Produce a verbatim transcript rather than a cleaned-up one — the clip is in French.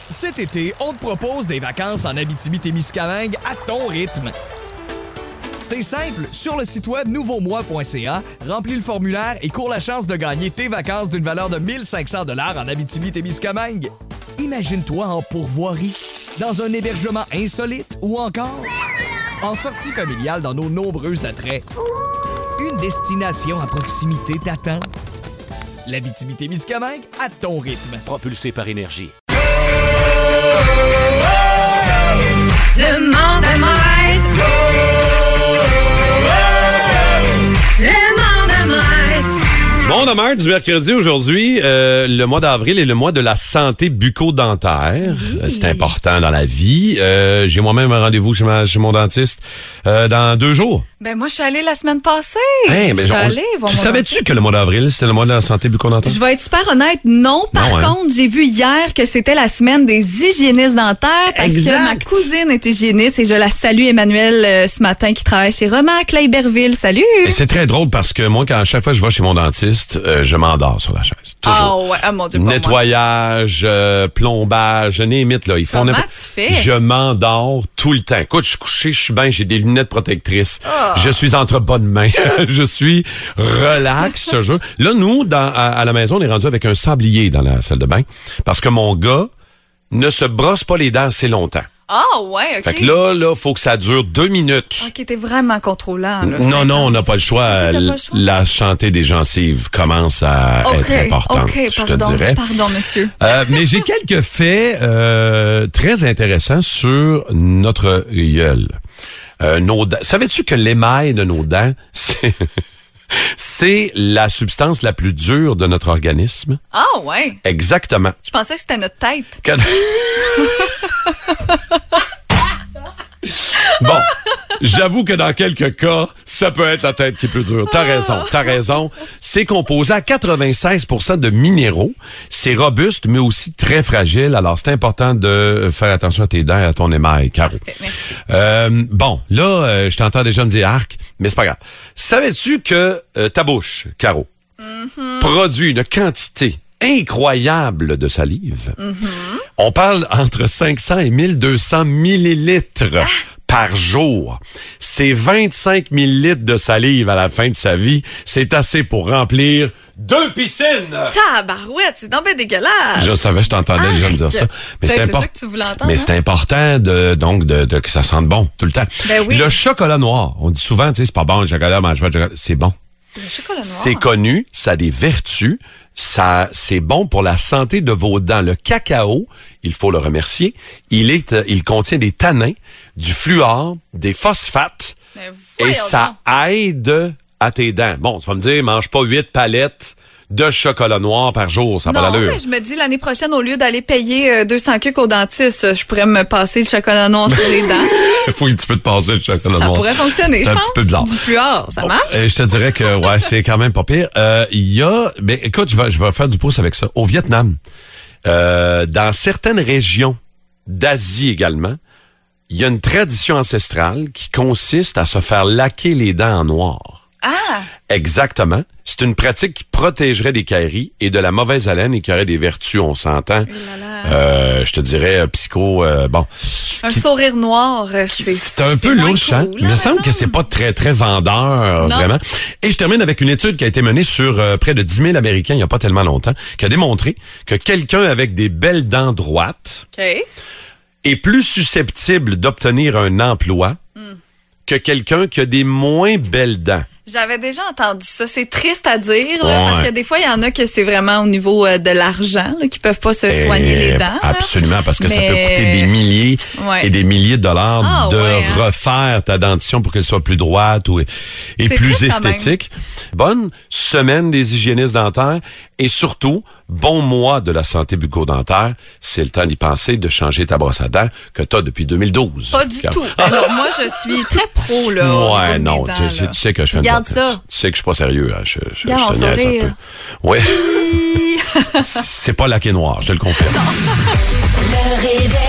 Cet été, on te propose des vacances en Abitibi-Témiscamingue à ton rythme. C'est simple, sur le site web nouveau moi point c a, remplis le formulaire et cours la chance de gagner tes vacances d'une valeur de mille cinq cents dollars en Abitibi-Témiscamingue. Imagine-toi en pourvoirie, dans un hébergement insolite ou encore en sortie familiale dans nos nombreux attraits. Une destination à proximité t'attend. L'Abitibi-Témiscamingue à ton rythme. Propulsé par Énergie. Le monde à Mike. Le monde à Mike. Monde à Mike du mercredi aujourd'hui, euh, le mois d'avril est le mois de la santé bucco-dentaire. Oui. Euh, c'est important dans la vie. Euh, j'ai moi-même un rendez-vous chez, ma, chez mon dentiste euh, dans deux jours. Ben moi, je suis allée la semaine passée. Hey, mais je suis on, allée voir tu mon savais-tu dentiste. que le mois d'avril, c'était le mois de la santé bucco-dentaire? Je vais être super honnête, non. Par non, hein? contre, j'ai vu hier que c'était la semaine des hygiénistes dentaires parce exact. que ma cousine est hygiéniste et je la salue, Emmanuel, euh, ce matin, qui travaille chez Remac, à Iberville. Salut! Et c'est très drôle parce que moi, quand à chaque fois que je vais chez mon dentiste, euh, je m'endors sur la chaise. Toujours. Ah ouais, ah mon Dieu, pas Nettoyage, euh, plombage, je n'imite là. Ils font Comment n'importe- tu fais? Je m'endors tout le temps. Écoute, je suis couché, je suis bien, j'ai des lunettes protectrices. Oh. Je suis entre bonnes mains. Je suis relax, je te jure. Là, nous, dans, à, à la maison, on est rendu avec un sablier dans la salle de bain parce que mon gars ne se brosse pas les dents assez longtemps. Ah ouais, OK. Fait que là, là, faut que ça dure deux minutes. OK, t'es vraiment contrôlant. Là, Non, non, on n'a pas le choix. Okay, t'as pas le L- choix? La santé des gencives commence à OK, être importante, OK, je te pardon, dirais. pardon, monsieur. Euh, mais j'ai quelques faits euh, très intéressants sur notre gueule. Euh, nos dents. Savais-tu que l'émail de nos dents, c'est, c'est la substance la plus dure de notre organisme? Ah ouais. Exactement. Je pensais que c'était notre tête. Quand- Bon, j'avoue que dans quelques cas, ça peut être la tête qui est plus dure. T'as raison, t'as raison. C'est composé à quatre-vingt-seize pour cent de minéraux. C'est robuste, mais aussi très fragile. Alors, c'est important de faire attention à tes dents et à ton émail, Caro. Parfait, merci. Euh, bon, là, euh, je t'entends déjà me dire arc, mais c'est pas grave. Savais-tu que euh, ta bouche, Caro, mm-hmm. produit une quantité incroyable de salive? Mm-hmm. On parle entre cinq cents et mille deux cents millilitres ah. par jour. C'est vingt-cinq mille litres de salive à la fin de sa vie. C'est assez pour remplir deux piscines. Tabarouette, c'est donc bien dégueulasse. Je savais, je t'entendais Arc. déjà me dire ça. Mais c'est, c'est import- ça que tu voulais entendre. Mais hein? c'est important de, donc, de, de, que ça sente bon tout le temps. Ben oui. Le chocolat noir, on dit souvent, tu sais, c'est pas bon, le chocolat, mange pas de chocolat. C'est bon. Le chocolat noir. C'est connu, ça a des vertus, ça, c'est bon pour la santé de vos dents. Le cacao, il faut le remercier, il est, euh, il contient des tanins, du fluor, des phosphates, et ça aide à tes dents. Bon, tu vas me dire, mange pas huit palettes de chocolat noir par jour, ça n'a pas Non, l'allure. mais je me dis, l'année prochaine, au lieu d'aller payer euh, deux cents cucs au dentiste, je pourrais me passer le chocolat noir sur les dents. Faut que tu peux te passer le chocolat Ça noir. pourrait fonctionner, C'est je un pense. petit peu bizarre. Du fluor, ça marche? Euh, je te dirais que ouais, c'est quand même pas pire. Euh, Il y a, ben écoute, je vais, je vais faire du pouce avec ça. Au Vietnam, euh, dans certaines régions d'Asie également, il y a une tradition ancestrale qui consiste à se faire laquer les dents en noir. Ah! Exactement. C'est une pratique qui protégerait des caries et de la mauvaise haleine et qui aurait des vertus, on s'entend. Euh, je te dirais, euh, psycho, euh, bon. Un Qui- sourire noir, euh, c'est... C'est un peu moins louche, hein? cool, Il me hein, semble que c'est pas très, très vendeur, Non. vraiment. Et je termine avec une étude qui a été menée sur euh, près de dix mille Américains il y a pas tellement longtemps, qui a démontré que quelqu'un avec des belles dents droites OK. est plus susceptible d'obtenir un emploi Mm. que quelqu'un qui a des moins belles dents. J'avais déjà entendu ça. C'est triste à dire, là, Ouais. parce que des fois, il y en a que c'est vraiment au niveau euh, de l'argent, là, qui peuvent pas se Eh, soigner les dents. là. Absolument, parce que ça Mais- peut coûter des milliers Ouais. et des milliers de dollars Ah, de ouais, hein. refaire ta dentition pour qu'elle soit plus droite ou, et C'est plus triste quand même. esthétique. Bonne semaine des hygiénistes dentaires et surtout, bon mois de la santé bucco-dentaire. C'est le temps d'y penser, de changer ta brosse à dents que tu as depuis deux mille douze. Pas du Car- tout. Alors, moi, je suis très pro, là. au Ouais, niveau de non, mes tu, dents, sais- là. tu sais que je fais une Regarde bonne- ça. Tu sais que je suis pas sérieux. Hein, je, je, Regarde, je te mon niaise un sourire. peu. Ouais. C'est pas laqué noir, je te le confirme. Le réveil.